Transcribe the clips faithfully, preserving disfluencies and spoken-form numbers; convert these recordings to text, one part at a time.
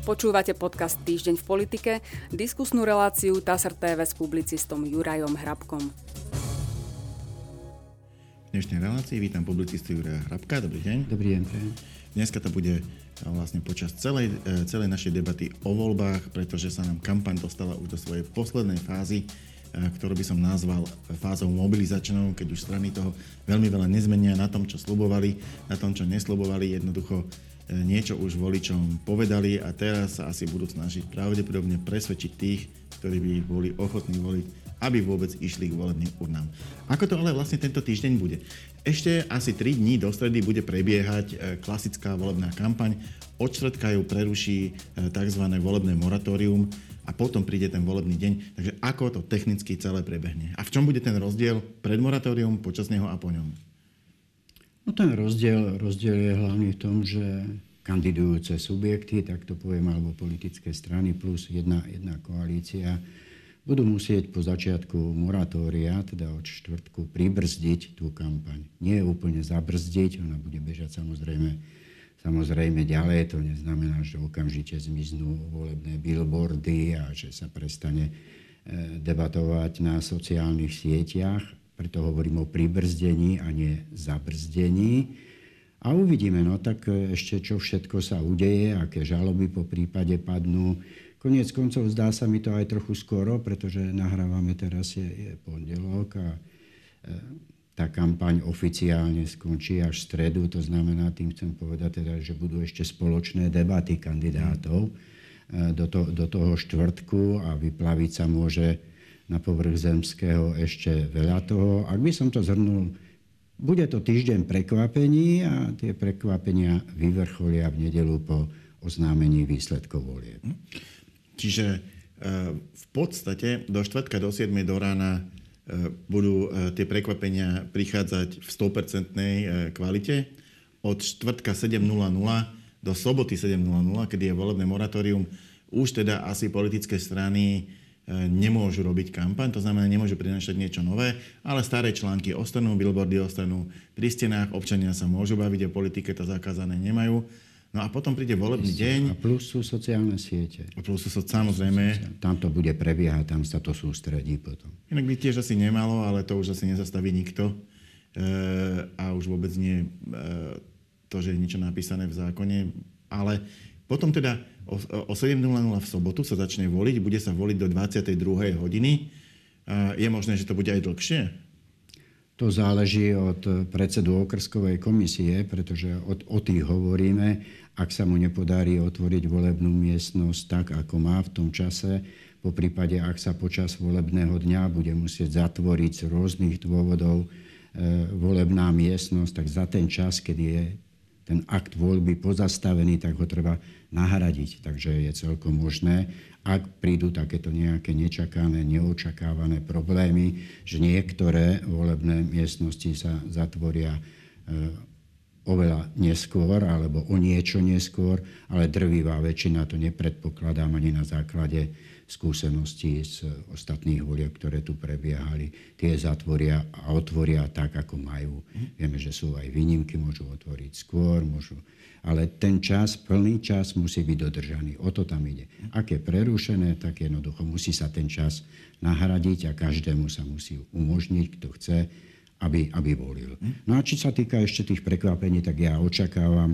Počúvate podcast Týždeň v politike, diskusnú reláciu TASR té vé s publicistom Jurajom Hrabkom. V dnešnej relácii vítam publicistu Juraja Hrabka. Dobrý deň. Dobrý deň. Dneska to bude vlastne počas celej, celej našej debaty o voľbách, pretože sa nám kampaň dostala už do svojej poslednej fázy, ktorú by som nazval fázou mobilizačnou, keď už strany toho veľmi veľa nezmenia na tom, čo sľubovali, na tom, čo nesľubovali. Jednoducho niečo už voličom povedali a teraz sa asi budú snažiť pravdepodobne presvedčiť tých, ktorí by boli ochotní voliť, aby vôbec išli k volebným urnám. Ako to ale vlastne tento týždeň bude? Ešte asi tri dní do stredy bude prebiehať klasická volebná kampaň. Od štvrtka ju preruší tzv. Volebné moratórium a potom príde ten volebný deň. Takže ako to technicky celé prebehne? A v čom bude ten rozdiel pred moratórium, počas neho a po ňom? No ten rozdiel, rozdiel je hlavne v tom, že kandidujúce subjekty, tak to poviem, alebo politické strany plus jedna, jedna koalícia budú musieť po začiatku moratória, teda od štvrtku, pribrzdiť tú kampaň. Nie úplne zabrzdiť, ona bude bežať samozrejme, samozrejme ďalej. To neznamená, že okamžite zmiznú volebné billboardy a že sa prestane debatovať na sociálnych sieťach. Preto hovorím o pribrzdení a nie zabrzdení. A uvidíme, no tak ešte čo všetko sa udeje, aké žaloby po prípade padnú. Koniec koncov zdá sa mi to aj trochu skoro, pretože nahrávame teraz je, je pondelok a e, tá kampaň oficiálne skončí až v stredu. To znamená, tým chcem povedať teda, že budú ešte spoločné debaty kandidátov e, do, to, do toho štvrtku a vyplaviť sa môže na povrch zemského ešte veľa toho. Ak by som to zhrnul, bude to týždeň prekvapení a tie prekvapenia vyvrcholia v nedeľu po oznámení výsledkov volieb. Čiže v podstate do štvrtka do siedmej do rána budú tie prekvapenia prichádzať v sto percent kvalite. Od štvrtka sedem nula nula do soboty sedem nula nula, kedy je volebné moratórium, už teda asi politické strany nemôžu robiť kampaň, to znamená, nemôžu prinášať niečo nové, ale staré články ostanú, billboardy ostanú pri stenách, občania sa môžu baviť o politike, to zakázané nemajú. No a potom príde volebný deň. A plus sú sociálne siete. A plus sú samozrejme. Tam to bude prebiehať, tam sa to sústredí potom. Inak by tiež asi nemalo, ale to už asi nezastaví nikto. E, a už vôbec nie e, to, že je niečo napísané v zákone. Ale potom teda o, o sedem nula nula v sobotu sa začne voliť, bude sa voliť do dvadsiatej druhej hodiny. E, je možné, že to bude aj dlhšie? To záleží od predsedu okrskovej komisie, pretože o, o tých hovoríme. Ak sa mu nepodarí otvoriť volebnú miestnosť tak, ako má v tom čase, po prípade, ak sa počas volebného dňa bude musieť zatvoriť z rôznych dôvodov e, volebná miestnosť, tak za ten čas, kedy je ten akt voľby pozastavený, tak ho treba nahradiť. Takže je celkom možné, ak prídu takéto nejaké nečakané, neočakávané problémy, že niektoré volebné miestnosti sa zatvoria e, oveľa neskôr alebo o niečo neskôr, ale drvivá väčšina to nepredpokladám ani na základe skúseností z ostatných volieb, ktoré tu prebiehali. Tie zatvoria a otvoria tak, ako majú. Vieme, že sú aj výnimky, môžu otvoriť skôr, môžu... Ale ten čas, plný čas musí byť dodržaný. O to tam ide. Ak je prerušené, tak jednoducho musí sa ten čas nahradiť a každému sa musí umožniť, kto chce, aby, aby volil. No a či sa týka ešte tých prekvapení, tak ja očakávam,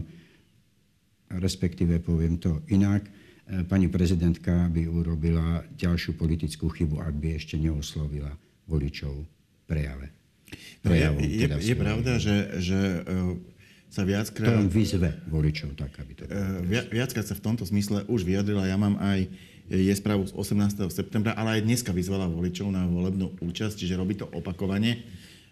respektíve poviem to inak, pani prezidentka by urobila ďalšiu politickú chybu, ak by ešte neoslovila voličov prejave. Prejavom, no je, teda je, je pravda, že, že sa viackrát... To len vyzve voličov tak, aby to... Vi, viackrát sa v tomto zmysle už vyjadrila. Ja mám aj je správu z osemnásteho septembra, ale aj dneska vyzvala voličov na volebnú účasť, čiže robí to opakovane.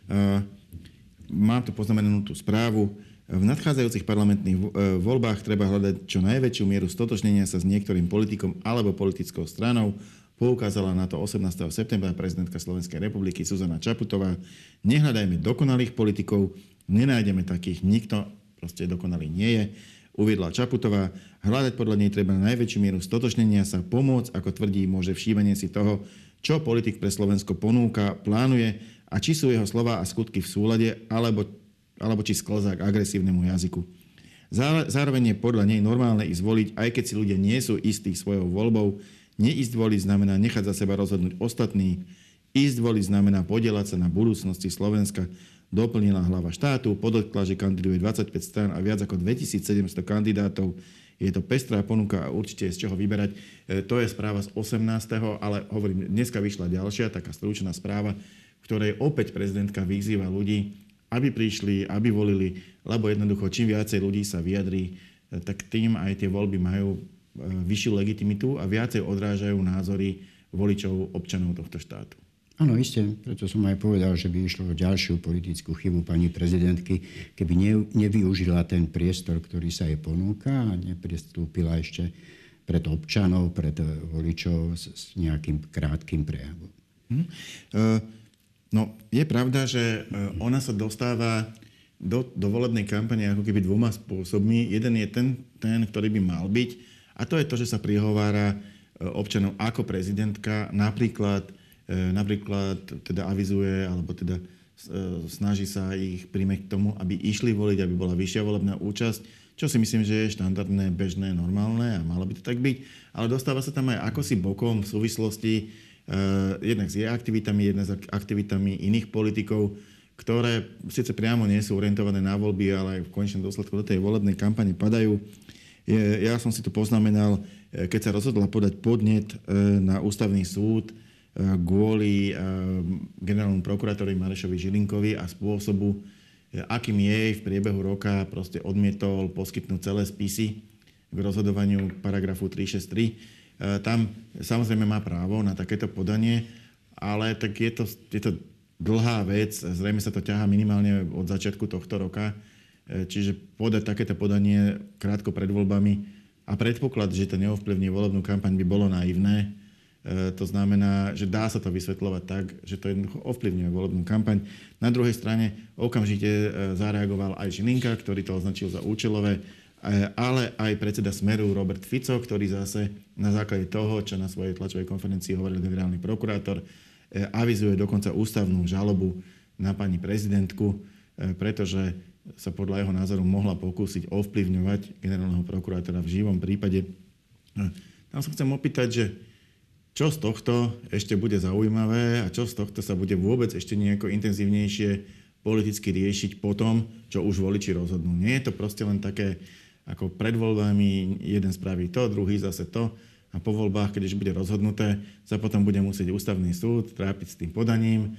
Mám tu poznamenanú tú správu. V nadchádzajúcich parlamentných voľbách treba hľadať čo najväčšiu mieru stotožnenia sa s niektorým politikom alebo politickou stranou. Poukázala na to osemnásteho septembra prezidentka Slovenskej republiky Zuzana Čaputová. Nehľadajme dokonalých politikov, nenájdeme takých, nikto proste dokonalý nie je. Uviedla Čaputová, hľadať podľa nej treba najväčšiu mieru stotožnenia sa, pomôcť, ako tvrdí, môže všímanie si toho, čo politik pre Slovensko ponúka, plánuje a či sú jeho slová a skutky v súlade, alebo alebo či sklzá k agresívnemu jazyku. Zároveň je podľa nej normálne ísť voliť, aj keď si ľudia nie sú istí svojou voľbou. Neísť voliť znamená nechať za seba rozhodnúť ostatní. Ísť voliť znamená podieľať sa na budúcnosti Slovenska, doplnila hlava štátu, podotkla, že kandiduje dvadsaťpäť strán a viac ako dvetisícsedemsto kandidátov. Je to pestrá ponuka a určite je z čoho vyberať. E, to je správa z osemnásteho ale hovorím, dneska vyšla ďalšia, taká stručná správa, v ktorej opäť prezidentka vyzýva ľudí, aby prišli, aby volili, lebo jednoducho čím viacej ľudí sa vyjadrí, tak tým aj tie voľby majú vyššiu legitimitu a viacej odrážajú názory voličov, občanov tohto štátu. Áno, isté, preto som aj povedal, že by išlo o ďalšiu politickú chybu pani prezidentky, keby ne, nevyužila ten priestor, ktorý sa jej ponúka a nepristúpila ešte pred občanov, pred voličov s, s nejakým krátkym prejavom. Hm. Uh, no, je pravda, že ona sa dostáva do, do volebnej kampane ako keby dvoma spôsobmi. Jeden je ten, ten, ktorý by mal byť, a to je to, že sa prihovára občanom ako prezidentka, napríklad napríklad teda avizuje, alebo teda snaží sa ich príjmeť k tomu, aby išli voliť, aby bola vyššia volebná účasť, čo si myslím, že je štandardné, bežné, normálne a malo by to tak byť. Ale dostáva sa tam aj akosi bokom v súvislosti uh, jednak s jej aktivitami, jednak s aktivitami iných politikov, ktoré síce priamo nie sú orientované na voľby, ale aj v konečnom dôsledku do tej volebnej kampane padajú. Je, ja som si to poznamenal, keď sa rozhodla podať podnet uh, na ústavný súd kvôli generálnemu prokurátorovi Marešovi Žilinkovi a spôsobu, akým jej v priebehu roka proste odmietol poskytnúť celé spisy k rozhodovaniu paragrafu tri šesť tri. Tam samozrejme má právo na takéto podanie, ale tak je to, je to dlhá vec, zrejme sa to ťahá minimálne od začiatku tohto roka, čiže podať takéto podanie krátko pred voľbami a predpoklad, že to neovplyvní volebnú kampaň, by bolo naivné. To znamená, že dá sa to vysvetľovať tak, že to jednoducho ovplyvňuje volebnú kampaň. Na druhej strane okamžite zareagoval aj Žilinka, ktorý to označil za účelové, ale aj predseda Smeru Robert Fico, ktorý zase na základe toho, čo na svojej tlačovej konferencii hovoril generálny prokurátor, avizuje dokonca ústavnú žalobu na pani prezidentku, pretože sa podľa jeho názoru mohla pokúsiť ovplyvňovať generálneho prokurátora v živom prípade. Tam sa chcem opýtať, že čo z tohto ešte bude zaujímavé a čo z tohto sa bude vôbec ešte nejako intenzívnejšie politicky riešiť potom, čo už voliči rozhodnú. Nie je to proste len také, ako pred voľbami jeden spraví to, druhý zase to a po voľbách, keď už bude rozhodnuté, sa potom bude musieť ústavný súd trápiť s tým podaním.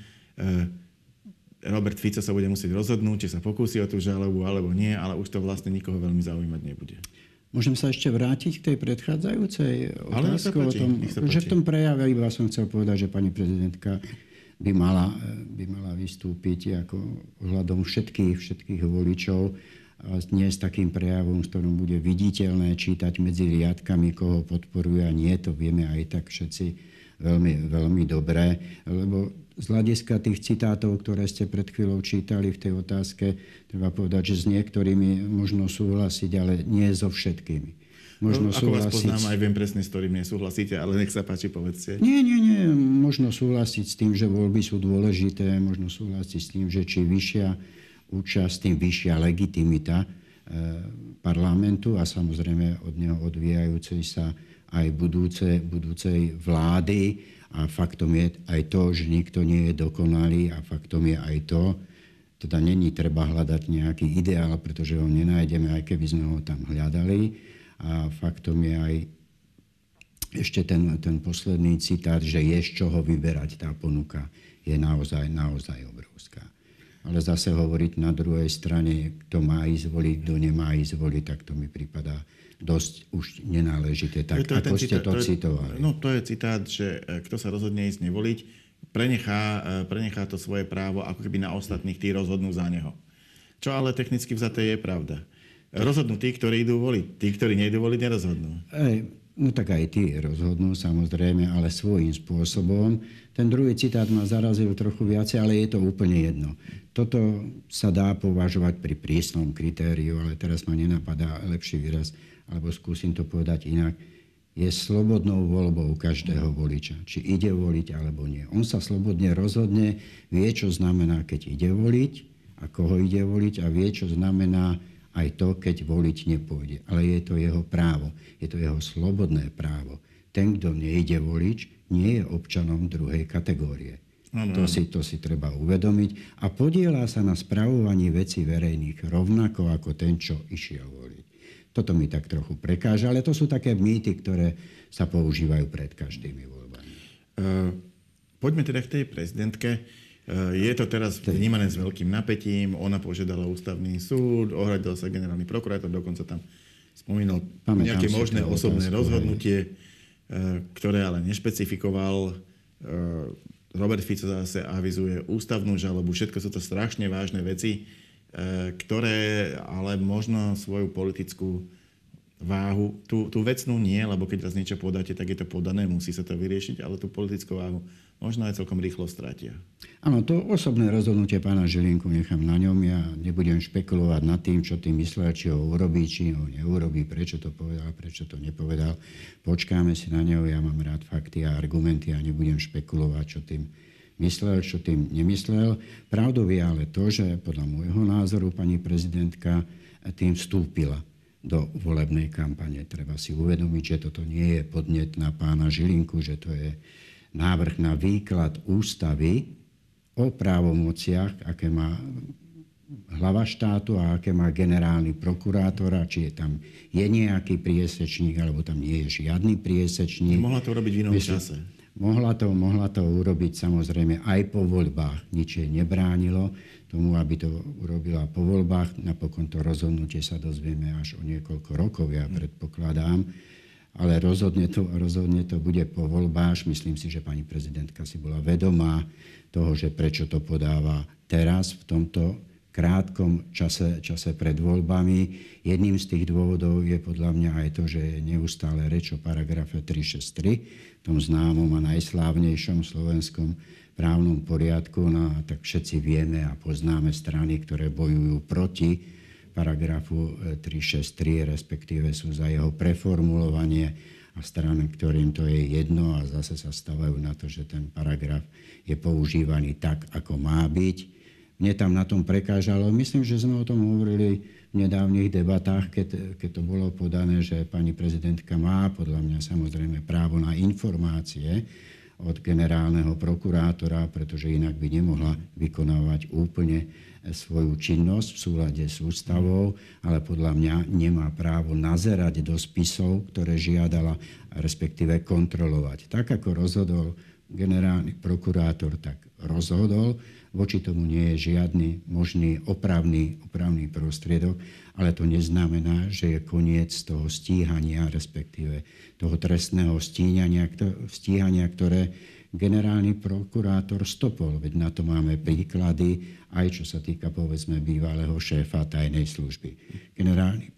Robert Fico sa bude musieť rozhodnúť, či sa pokúsi o tú žalobu alebo nie, ale už to vlastne nikoho veľmi zaujímať nebude. Môžem sa ešte vrátiť k tej predchádzajúcej otázke o tom, že v tom prejave iba som chcel povedať, že pani prezidentka by mala, by mala vystúpiť ako ohľadom všetkých, všetkých voličov a nie s takým prejavom, s ktorým bude viditeľné čítať medzi riadkami, koho podporuje a nie, to vieme aj tak všetci veľmi, veľmi dobre, lebo z hľadiska tých citátov, ktoré ste pred chvíľou čítali v tej otázke, treba povedať, že s niektorými možno súhlasiť, ale nie so všetkými. Možno no, ako súhlasiť... vás poznám, aj viem presne, s ktorým nesúhlasíte, ale nech sa páči, povedzte. Nie, nie, nie. Možno súhlasiť s tým, že voľby sú dôležité, možno súhlasiť s tým, že či vyššia účasť, tým vyššia legitimita e, parlamentu a samozrejme od neho odvíjajúcej sa aj budúce, budúcej vlády. A faktom je aj to, že nikto nie je dokonalý a faktom je aj to, teda není treba hľadať nejaký ideál, pretože ho nenájdeme, aj keby sme ho tam hľadali. A faktom je aj ešte ten, ten posledný citát, že je z čoho vyberať, tá ponuka je naozaj, naozaj obrovská. Ale zase hovoriť na druhej strane, kto má ísť voliť, kto nemá ísť voliť, tak to mi pripadá dosť už nenáležité, tak to ako ste citát, to, to citovali. No to je citát, že kto sa rozhodne ísť nevoliť, prenechá, prenechá to svoje právo ako keby na ostatných, tí rozhodnú za neho. Čo ale technicky vzaté je pravda. Rozhodnú tí, ktorí idú voliť. Tí, ktorí nejdú voliť, nerozhodnú. Ej, no tak aj tí rozhodnú, samozrejme, ale svojím spôsobom. Ten druhý citát ma zarazil trochu viacej, ale je to úplne jedno. Toto sa dá považovať pri prísnom kritériu, ale teraz ma nenapadá lepší výraz, alebo skúsim to povedať inak, je slobodnou voľbou každého voliča. Či ide voliť, alebo nie. On sa slobodne rozhodne, vie, čo znamená, keď ide voliť a koho ide voliť a vie, čo znamená aj to, keď voliť nepôjde. Ale je to jeho právo, je to jeho slobodné právo. Ten, kto nejde volič, nie je občanom druhej kategórie. Ano. To si, to si treba uvedomiť a podieľa sa na spravovaní vecí verejných rovnako ako ten, čo išiel voliť. Toto mi tak trochu prekáža, ale to sú také mýty, ktoré sa používajú pred každými voľbami. Uh, poďme teda k tej prezidentke. Uh, je to teraz vnímané s veľkým napätím. Ona požiadala ústavný súd, ohradil sa generálny prokurátor, dokonca tam spomínal Pamätám nejaké možné osobné otázku, rozhodnutie, uh, ktoré ale nešpecifikoval. Uh, Robert Fico zase avizuje ústavnú žalobu. Všetko sú to strašne vážne veci, ktoré ale možno svoju politickú váhu, tú, tú vecnú nie, lebo keď raz niečo podáte, tak je to podané, musí sa to vyriešiť, ale tú politickú váhu možno aj celkom rýchlo stratia. Áno, to osobné rozhodnutie pána Žilinku nechám na ňom. Ja nebudem špekulovať nad tým, čo tým myslel, či ho urobí, či ho neurobí, prečo to povedal, prečo to nepovedal. Počkáme si na ňo, ja mám rád fakty a argumenty a nebudem špekulovať, čo tým myslel, čo tým nemyslel. Pravdou je ale to, že podľa môjho názoru pani prezidentka tým vstúpila do volebnej kampane. Treba si uvedomiť, že toto nie je podnet na pána Žilinku, že to je návrh na výklad ústavy o právomociach, aké má hlava štátu a aké má generálny prokurátor, a či je tam je nejaký priesečník, alebo tam nie je žiadny priesečník. Mohla to robiť v inom Myslím, čase. Mohla to, mohla to urobiť samozrejme aj po voľbách. Nič jej nebránilo tomu, aby to urobila po voľbách. Napokon to rozhodnutie sa dozvieme až o niekoľko rokov, ja predpokladám. Ale rozhodne to, rozhodne to bude po voľbách. Myslím si, že pani prezidentka si bola vedomá toho, že prečo to podáva teraz v tomto krátkom čase, čase pred voľbami. Jedným z tých dôvodov je podľa mňa aj to, že je neustále reč o paragrafe tri šesť tri, tom známom a najslávnejšom slovenskom právnom poriadku. No a tak všetci vieme a poznáme strany, ktoré bojujú proti paragrafu tri šesť tri, respektíve sú za jeho preformulovanie, a strany, ktorým to je jedno a zase sa stavajú na to, že ten paragraf je používaný tak, ako má byť. Mne tam na tom prekážalo. Myslím, že sme o tom hovorili v nedávnych debatách, keď, keď to bolo podané, že pani prezidentka má podľa mňa samozrejme právo na informácie od generálneho prokurátora, pretože inak by nemohla vykonávať úplne svoju činnosť v súlade s ústavou, ale podľa mňa nemá právo nazerať do spisov, ktoré žiadala, respektíve kontrolovať. Tak ako rozhodol generálny prokurátor, tak rozhodol. Voči tomu nie je žiadny možný opravný, opravný prostriedok, ale to neznamená, že je koniec toho stíhania, respektíve toho trestného stíhania, stíhania, ktoré generálny prokurátor stopol. Veď na to máme príklady, aj čo sa týka, povedzme, bývalého šéfa tajnej služby. Generálny,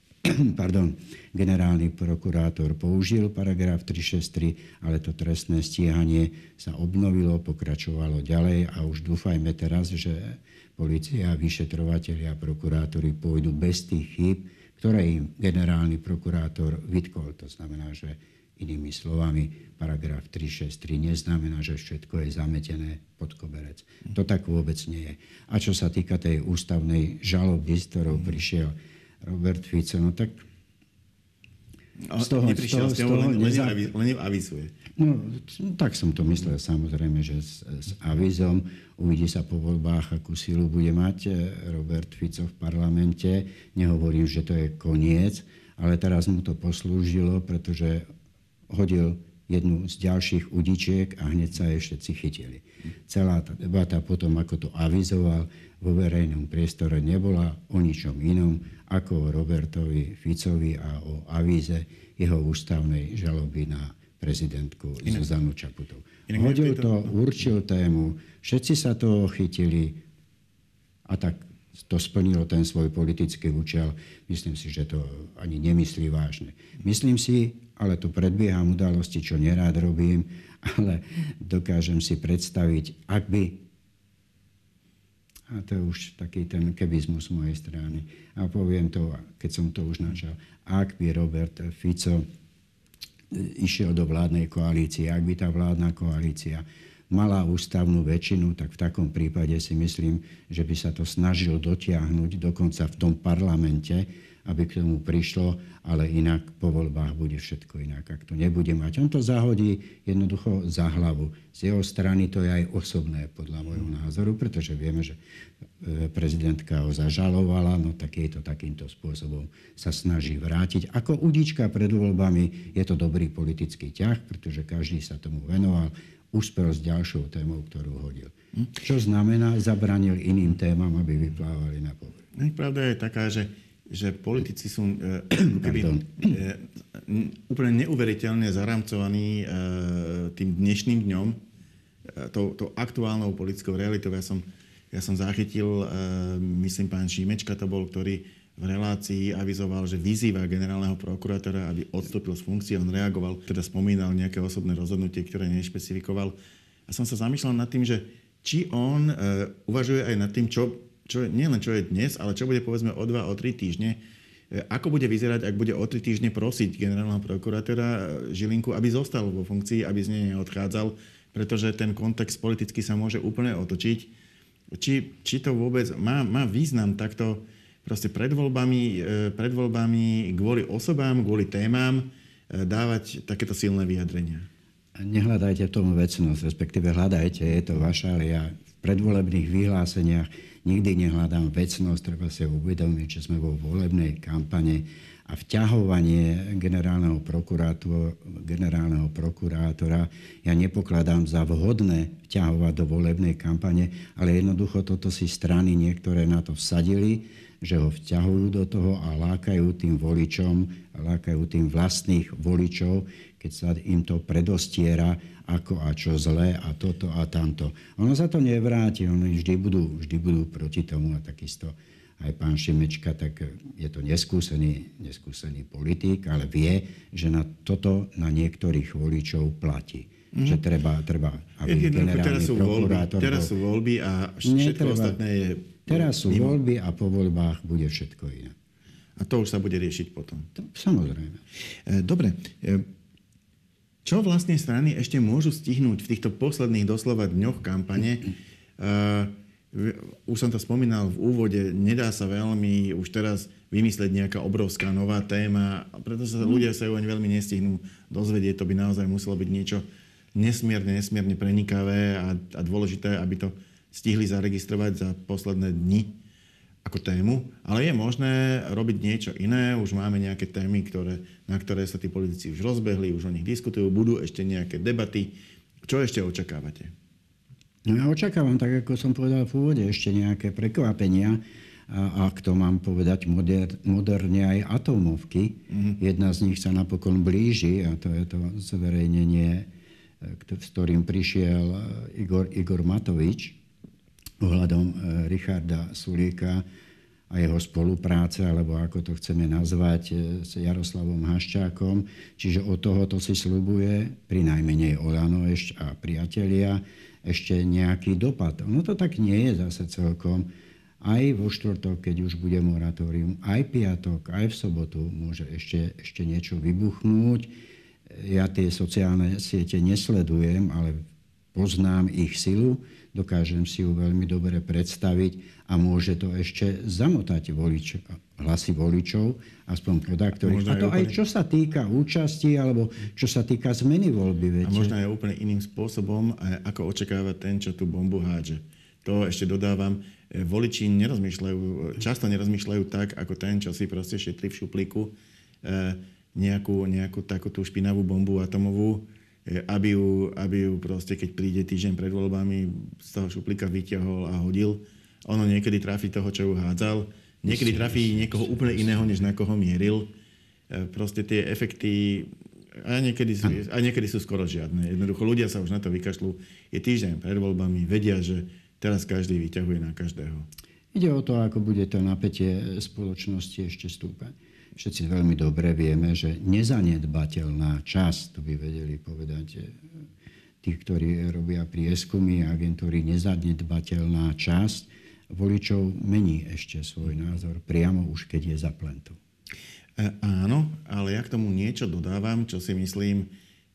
pardon, generálny prokurátor použil paragraf tri šesť tri, ale to trestné stíhanie sa obnovilo, pokračovalo ďalej a už dúfajme teraz, že polícia, vyšetrovatelia a prokurátori pôjdu bez tých chýb, ktoré im generálny prokurátor vytkol. To znamená, že inými slovami, paragraf tri šesť tri neznamená, že všetko je zametené pod koberec. To tak vôbec nie je. A čo sa týka tej ústavnej žaloby, s ktorou prišiel Robert Fico, no tak z toho, neprišiel z toho, z toho len, neza... len avizuje. No, tak som to myslel, samozrejme, že s, s avizom uvidí sa po voľbách, akú silu bude mať Robert Fico v parlamente. Nehovorím, že to je koniec, ale teraz mu to poslúžilo, pretože hodil jednu z ďalších udičiek a hneď sa jej všetci chytili. Celá tá debata potom, ako to avizoval, vo verejnom priestore nebola o ničom inom, ako o Robertovi Ficovi a o avíze jeho ústavnej žaloby na prezidentku Zuzanu Čaputovú. Hodil to, určil tému, všetci sa toho chytili a tak to splnilo ten svoj politický účel. Myslím si, že to ani nemyslí vážne. Myslím si, ale to predbieham udalosti, čo nerád robím, ale dokážem si predstaviť, ak by, a to je už taký ten kebizmus z mojej strany, a poviem to, keď som to už načal, ak by Robert Fico išiel do vládnej koalície, ak by tá vládna koalícia malá ústavnú väčšinu, tak v takom prípade si myslím, že by sa to snažil dotiahnuť dokonca v tom parlamente, aby k tomu prišlo, ale inak po voľbách bude všetko inak. Ak to nebude mať, on to zahodí jednoducho za hlavu. Z jeho strany to je aj osobné, podľa môjho názoru, pretože vieme, že prezidentka ho zažalovala, no tak jej to takýmto spôsobom sa snaží vrátiť. Ako udička pred voľbami je to dobrý politický ťah, pretože každý sa tomu venoval, uspel s ďalšou témou, ktorú hodil. Čo znamená, zabranil iným témam, aby vyplávali na povrch. Pravda je taká, že že politici sú e, keby, e, úplne neuveriteľne zaramcovaní e, tým dnešným dňom, e, tou, tou aktuálnou politickou realitou. Ja som, ja som zachytil, e, myslím, pán Šimečka to bol, ktorý v relácii avizoval, že vyzýva generálneho prokurátora, aby odstúpil z funkcie. On reagoval, teda spomínal nejaké osobné rozhodnutie, ktoré nešpecifikoval. A som sa zamýšľal nad tým, že či on e, uvažuje aj nad tým, čo Čo je, nie len čo je dnes, ale čo bude povedzme o dva, o tri týždne. Ako bude vyzerať, ak bude o tri týždne prosiť generálneho prokurátora Žilinku, aby zostal vo funkcii, aby z nej neodchádzal, pretože ten kontext politicky sa môže úplne otočiť. Či, či to vôbec má, má význam takto proste pred voľbami, pred voľbami kvôli osobám, kvôli témam dávať takéto silné vyjadrenia? Nehľadajte v tom vecnosť, respektíve hľadajte, je to vaše, ale ja v predvolebných vyhláseniach nikdy nehľadám vecnosť, treba si uvedomiť, že sme vo volebnej kampane a vťahovanie generálneho, generálneho prokurátora ja nepokladám za vhodné vťahovať do volebnej kampane, ale jednoducho toto si strany niektoré na to vsadili, že ho vťahujú do toho a lákajú tým voličom, lákajú tým vlastných voličov, keď sa im to predostiera, ako a čo zlé a toto a tamto. Ono sa to nevráti, oni vždy budú, vždy budú proti tomu a takisto aj pán Šimečka, tak je to neskúsený, neskúsený politik, ale vie, že na toto na niektorých voličov platí. Mm-hmm. Že treba, treba aby generálny teraz sú prokurátor... Voľby, teraz sú voľby a všetko netreba, ostatné je... Teraz sú mimo. Voľby a po voľbách bude všetko iné. A to už sa bude riešiť potom. To, samozrejme. Dobre. Čo vlastne strany ešte môžu stihnúť v týchto posledných doslova dňoch kampane? Uh, už som to spomínal v úvode, nedá sa veľmi už teraz vymyslieť nejaká obrovská nová téma, pretože sa ľudia sa ju ani veľmi nestihnú dozvedieť. To by naozaj muselo byť niečo nesmierne, nesmierne prenikavé a, a dôležité, aby to stihli zaregistrovať za posledné dni ako tému, ale je možné robiť niečo iné. Už máme nejaké témy, ktoré, na ktoré sa tí politici už rozbehli, už o nich diskutujú, budú ešte nejaké debaty. Čo ešte očakávate? No ja očakávam, tak ako som povedal v úvode, ešte nejaké prekvapenia. A ak to mám povedať moder, moderne, aj atómovky. Mm-hmm. Jedna z nich sa napokon blíži a to je to zverejnenie, s ktorým prišiel Igor, Igor Matovič ohľadom Richarda Sulíka a jeho spolupráce, alebo ako to chceme nazvať, s Jaroslavom Haščákom. Čiže od tohoto si sľubuje pri najmenej Olano ešte a priatelia ešte nejaký dopad. No to tak nie je zase celkom. Aj vo štvrtok, keď už bude moratórium, aj piatok, aj v sobotu môže ešte, ešte niečo vybuchnúť. Ja tie sociálne siete nesledujem, ale poznám ich silu, dokážem si ju veľmi dobre predstaviť a môže to ešte zamotať volič, hlasy voličov, aspoň podaktorých. A to aj úplne... čo sa týka účasti, alebo čo sa týka zmeny voľby. Viete? A možno aj úplne iným spôsobom, ako očakáva ten, čo tú bombu hádže. To ešte dodávam. Voliči nerozmýšľajú, často nerozmýšľajú tak, ako ten, čo si proste šetrí v šuplíku nejakú, nejakú takú tú špinavú bombu atomovú, aby ju, aby ju proste, keď príde týždeň pred voľbami, z toho šuplíka vyťahol a hodil. Ono niekedy trafí toho, čo ju hádzal. Niekedy trafí niekoho úplne iného, než na koho mieril. Proste tie efekty a niekedy, sú, a niekedy sú skoro žiadne. Jednoducho ľudia sa už na to vykašľú. Je týždeň pred voľbami, vedia, že teraz každý vyťahuje na každého. Ide o to, ako bude to napätie spoločnosti ešte stúpať. Všetci veľmi dobre vieme, že nezanedbateľná časť, to by vedeli povedať tí, ktorí robia prieskumy a agentúry, nezanedbateľná časť voličov mení ešte svoj názor priamo už, keď je za plentou. E, áno, ale ja k tomu niečo dodávam, čo si myslím,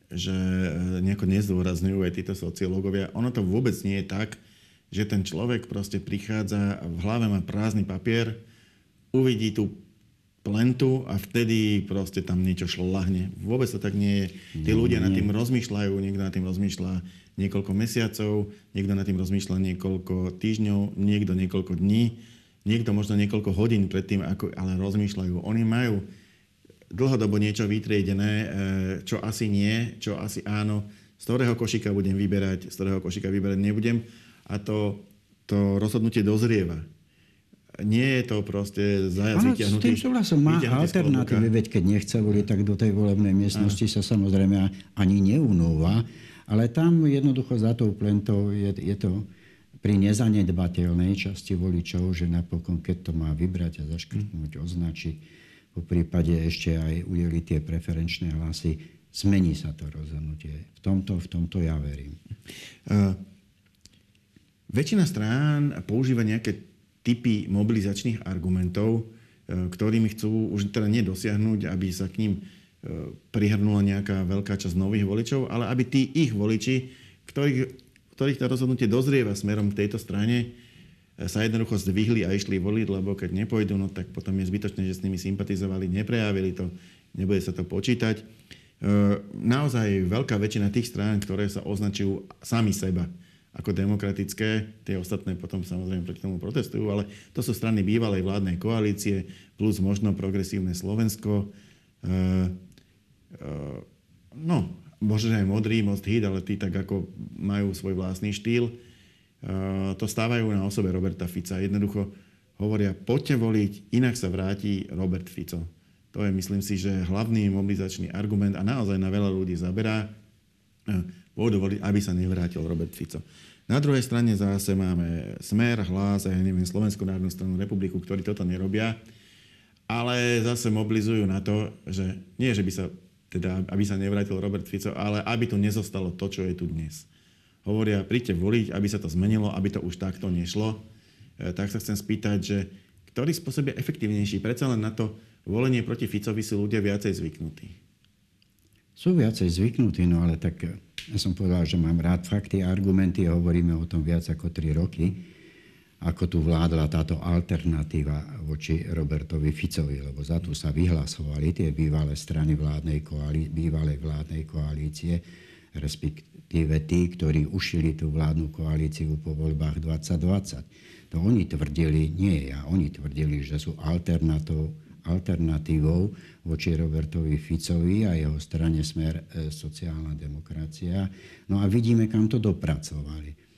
že nejako nezdôrazňujú aj títo sociológovia. Ono to vôbec nie je tak, že ten človek proste prichádza, v hlave má prázdny papier, uvidí tú plentu a vtedy proste tam niečo šľahne. Vôbec to tak nie je. Tí ľudia nad tým rozmýšľajú, niekto nad tým rozmýšľa niekoľko mesiacov, niekto nad tým rozmýšľa niekoľko týždňov, niekto niekoľko dní, niekto možno niekoľko hodín predtým, ako, ale rozmýšľajú. Oni majú dlhodobo niečo vytriedené, čo asi nie, čo asi áno, z ktorého košíka budem vyberať, z ktorého košíka vyberať nebudem. A to, to rozhodnutie dozrieva. Nie je to proste zajac vyťahnutý. S tým súhlasom má alternatívy, veď keď nechce voliť, tak do tej volebnej miestnosti Aha. sa samozrejme ani neunúva. Ale tam jednoducho za tou plentou je, je to pri nezanedbateľnej časti voličov, že napokon, keď to má vybrať a zaškrtnúť, označiť, po prípade ešte aj udeliť tie preferenčné hlasy, zmení sa to rozhodnutie. V tomto, v tomto ja verím. Uh, väčšina strán používa nejaké typy mobilizačných argumentov, ktorými chcú už teda nedosiahnuť, aby sa k ním prihrnula nejaká veľká časť nových voličov, ale aby tí ich voliči, ktorých, ktorých to rozhodnutie dozrieva smerom k tejto strane, sa jednoducho zdvihli a išli voliť, lebo keď nepôjdu, no tak potom je zbytočné, že s nimi sympatizovali, neprejavili to, nebude sa to počítať. Naozaj veľká väčšina tých strán, ktoré sa označujú sami seba ako demokratické, tie ostatné potom samozrejme proti tomu protestujú, ale to sú strany bývalej vládnej koalície, plus možno progresívne Slovensko. E, e, no, možno aj Modrý, Most Híd, ale tí tak ako majú svoj vlastný štýl. E, to stávajú na osobe Roberta Fica. Jednoducho hovoria, poďte voliť, inak sa vráti Robert Fico. To je, myslím si, že hlavný mobilizačný argument a naozaj na veľa ľudí zaberá. Pôjdu voliť, aby sa nevrátil Robert Fico. Na druhej strane zase máme Smer, Hlas a ja neviem, Slovenskú národnú stranu, Republiku, ktorí toto nerobia, ale zase mobilizujú na to, že nie, že by sa, teda, aby sa nevrátil Robert Fico, ale aby tu nezostalo to, čo je tu dnes. Hovoria, príďte voliť, aby sa to zmenilo, aby to už takto nešlo. E, tak sa chcem spýtať, že ktorý spôsob je efektívnejší? Predsa len na to volenie proti Ficovi sú ľudia viacej zvyknutí. Sú viacej zvyknutí, no ale tak ja som povedal, že mám rád fakty a argumenty a hovoríme o tom viac ako tri roky, ako tu vládla táto alternatíva voči Robertovi Ficovi, lebo za tu sa vyhlasovali tie bývalé strany vládnej koalí- bývalej vládnej koalície, respektíve tí, ktorí ušili tú vládnu koalíciu po voľbách dvadsať dvadsať. To oni tvrdili, nie ja, oni tvrdili, že sú alternatívou alternatívou voči Robertovi Ficovi a jeho strane Smer e, sociálna demokracia. No a vidíme, kam to dopracovali. E,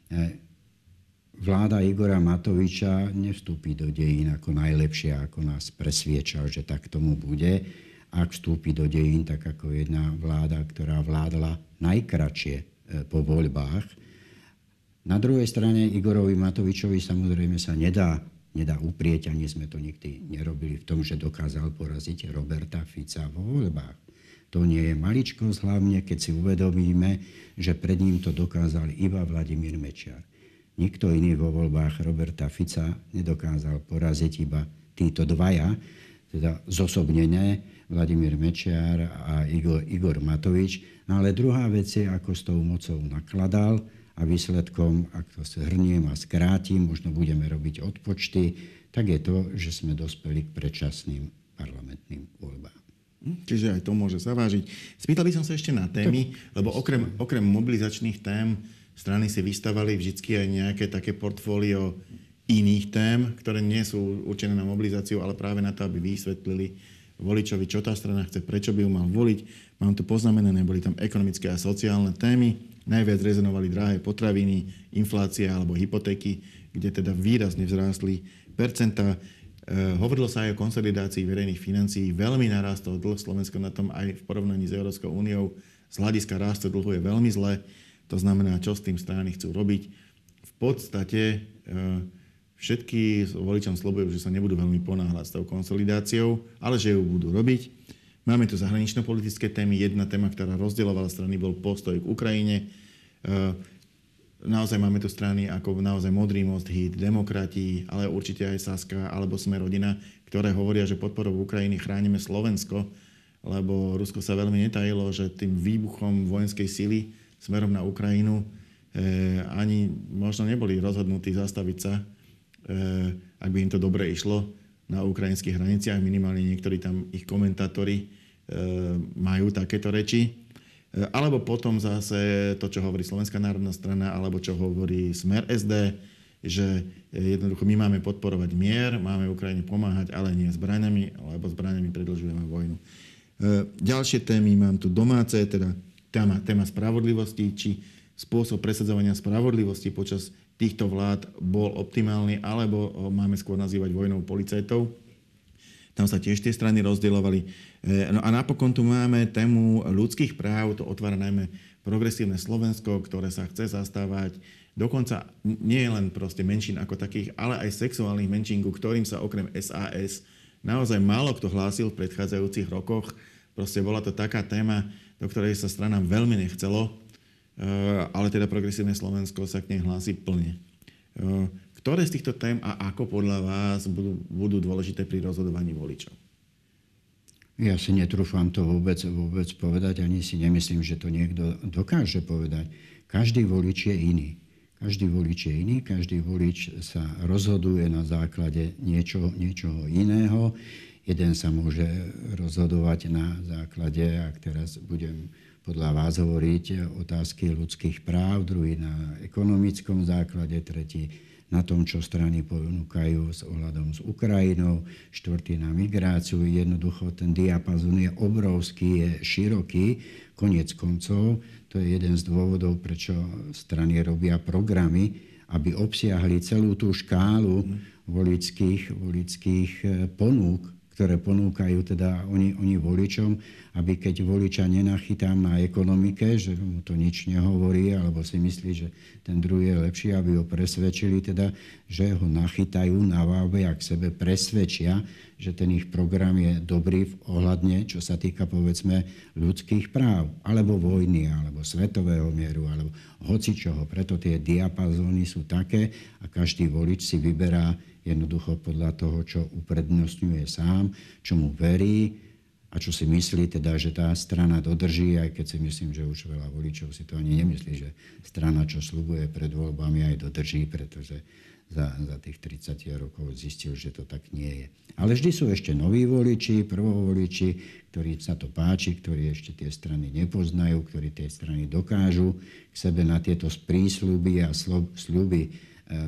vláda Igora Matoviča nevstúpi do dejín ako najlepšia, ako nás presviečal, že tak tomu bude. Ak vstúpi do dejín, tak ako jedna vláda, ktorá vládla najkratšie e, po voľbách. Na druhej strane Igorovi Matovičovi samozrejme sa nedá Nedá uprieť, ani sme to nikdy nerobili v tom, že dokázal poraziť Roberta Fica vo voľbách. To nie je maličkosť, hlavne keď si uvedomíme, že pred ním to dokázal iba Vladimír Mečiar. Nikto iný vo voľbách Roberta Fica nedokázal poraziť, iba títo dvaja, teda zosobnené Vladimír Mečiar a Igor, Igor Matovič. No ale druhá vec je, ako s tou mocou nakladal, a výsledkom, ak to zhrniem a skrátim, možno budeme robiť odpočty, tak je to, že sme dospeli k predčasným parlamentným voľbám. Čiže aj to môže zavážiť. Spýtal by som sa ešte na témy, lebo okrem, okrem mobilizačných tém strany si vystavali vždycky aj nejaké také portfólio iných tém, ktoré nie sú určené na mobilizáciu, ale práve na to, aby vysvetlili voličovi, čo tá strana chce, prečo by ju mal voliť. Mám to poznamenané, boli tam ekonomické a sociálne témy. Najviac rezonovali drahé potraviny, inflácia alebo hypotéky, kde teda výrazne vzrástli percentá. E, hovorilo sa aj o konsolidácii verejných financií. Veľmi narastol dlh, Slovensko na tom aj v porovnaní s Európskou úniou. Z hľadiska rastu dlhu je veľmi zle. To znamená, čo s tým strany chcú robiť. V podstate e, všetky voličom sľubujú, že sa nebudú veľmi ponáhľať s tou konsolidáciou, ale že ju budú robiť. Máme tu zahranično-politické témy. Jedna téma, ktorá rozdielovala strany, bol postoj k Ukrajine. Naozaj máme tu strany ako naozaj Modrý, Most, Híd, Demokrati, ale určite aj Saska alebo Sme rodina, ktoré hovoria, že podporou Ukrajiny chránime Slovensko, lebo Rusko sa veľmi netajilo, že tým výbuchom vojenskej sily smerom na Ukrajinu eh, ani možno neboli rozhodnutí zastaviť sa, eh, ak by im to dobre išlo na ukrajinských hraniciach. Minimálne niektorí tam ich komentátori eh, majú takéto reči. Eh, alebo potom zase to, čo hovorí Slovenská národná strana, alebo čo hovorí Smer es dé, že jednoducho my máme podporovať mier, máme Ukrajine pomáhať, ale nie zbraňami, lebo zbraňami predĺžujeme vojnu. Ďalšie témy mám tu domáce, teda téma, téma spravodlivosti, či spôsob presadzovania spravodlivosti počas týchto vlád bol optimálny, alebo máme skôr nazývať vojnou policajtov. Tam sa tiež tie strany rozdielovali. No a napokon tu máme tému ľudských práv, to otvára najmä progresívne Slovensko, ktoré sa chce zastávať dokonca nie len proste menšín ako takých, ale aj sexuálnych menšín, ku ktorým sa okrem es a es naozaj málo kto hlásil v predchádzajúcich rokoch. Proste bola to taká téma, do ktorej sa stranám veľmi nechcelo, ale teda progresívne Slovensko sa k nej hlási plne. Ktoré z týchto tém a ako podľa vás budú, budú dôležité pri rozhodovaní voličov? Ja si netrúfam to vôbec, vôbec povedať, ani si nemyslím, že to niekto dokáže povedať. Každý volič je iný. Každý volič je iný, každý volič sa rozhoduje na základe niečo, niečoho iného. Jeden sa môže rozhodovať na základe, ak teraz budem podľa vás hovoriť, otázky ľudských práv, druhý na ekonomickom základe, tretí na tom, čo strany ponúkajú s ohľadom s Ukrajinou, štvrtý na migráciu. Jednoducho ten diapazon je obrovský, je široký. Koniec koncov, to je jeden z dôvodov, prečo strany robia programy, aby obsiahli celú tú škálu voličských, voličských ponúk, ktoré ponúkajú teda oni, oni voličom, aby keď voliča nenachytám na ekonomike, že mu to nič nehovorí, alebo si myslí, že ten druhý je lepší, aby ho presvedčili teda, že ho nachytajú na vábe a k sebe presvedčia, že ten ich program je dobrý v ohľadne, čo sa týka povedzme ľudských práv, alebo vojny, alebo svetového mieru, alebo hocičoho. Preto tie diapazóny sú také a každý volič si vyberá jednoducho podľa toho, čo uprednostňuje sám, čo mu verí a čo si myslí, teda, že tá strana dodrží, aj keď si myslím, že už veľa voličov si to ani nemyslí, že strana, čo sľubuje pred voľbami, aj dodrží, pretože za, za tých tridsať rokov zistil, že to tak nie je. Ale vždy sú ešte noví voliči, prvovoliči, ktorí sa to páči, ktorí ešte tie strany nepoznajú, ktorí tie strany dokážu k sebe na tieto prísľuby a sľuby e,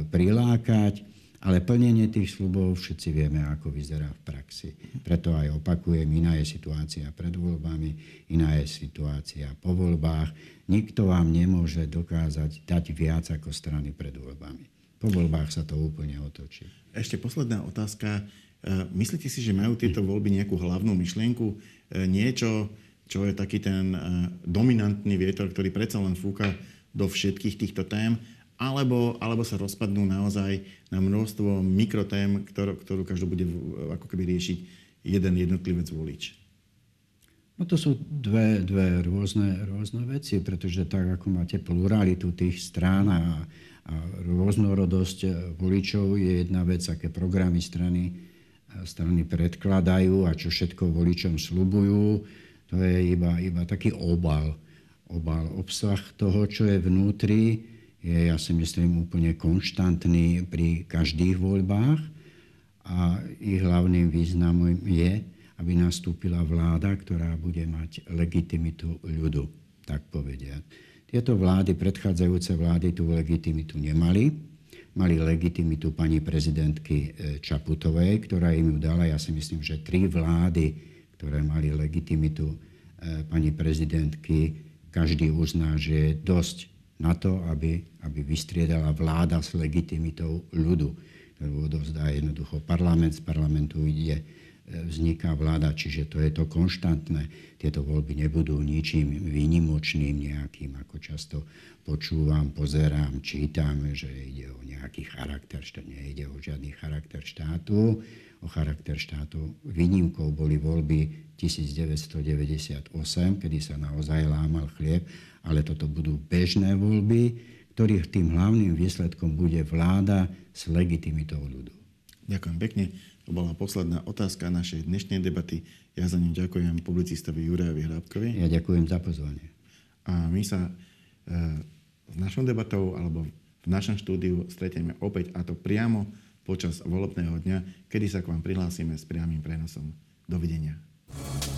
prilákať. Ale plnenie tých sľubov všetci vieme, ako vyzerá v praxi. Preto aj opakujem, iná je situácia pred voľbami, iná je situácia po voľbách. Nikto vám nemôže dokázať dať viac ako strany pred voľbami. Po voľbách sa to úplne otočí. Ešte posledná otázka. Myslíte si, že majú tieto voľby nejakú hlavnú myšlienku? Niečo, čo je taký ten dominantný vietor, ktorý predsa len fúka do všetkých týchto tém? Alebo, alebo sa rozpadnú naozaj na množstvo mikrotém, ktorú, ktorú každú bude ako keby riešiť jeden jednotlivec volič? No to sú dve, dve rôzne, rôzne veci, pretože tak, ako máte pluralitu tých strán a, a rôznorodosť voličov, je jedna vec, aké programy strany, strany predkladajú a čo všetko voličom sľubujú. To je iba, iba taký obal, obal, obsah toho, čo je vnútri, je, ja si myslím, úplne konštantný pri každých voľbách a ich hlavným významom je, aby nastúpila vláda, ktorá bude mať legitimitu ľudu, tak povediať. Tieto vlády, predchádzajúce vlády, tú legitimitu nemali. Mali legitimitu pani prezidentky Čaputovej, ktorá im ju dala, ja si myslím, že tri vlády, ktoré mali legitimitu pani prezidentky, každý uzná, že je dosť na to, aby, aby vystriedala vláda s legitimitou ľudu, ktorú odovzdá jednoducho parlament. Z parlamentu ide, vzniká vláda, čiže to je to konštantné. Tieto voľby nebudú ničím výnimočným nejakým, ako často počúvam, pozerám, čítam, že ide o nejaký charakter štátu. Nie ide o žiadny charakter štátu. O charakter štátu výnimkou boli voľby devätnásťstodeväťdesiatosem, kedy sa naozaj lámal chlieb, ale toto budú bežné voľby, ktorých tým hlavným výsledkom bude vláda s legitimitou ľudu. Ďakujem pekne. To bola posledná otázka našej dnešnej debaty. Ja za ňu ďakujem publicistovi Jurajovi Hrábkovi. Ja ďakujem za pozvanie. A my sa e, s našou debatou alebo v našom štúdiu stretieme opäť, a to priamo počas volebného dňa, kedy sa k vám prihlásime s priamym prenosom. Dovidenia.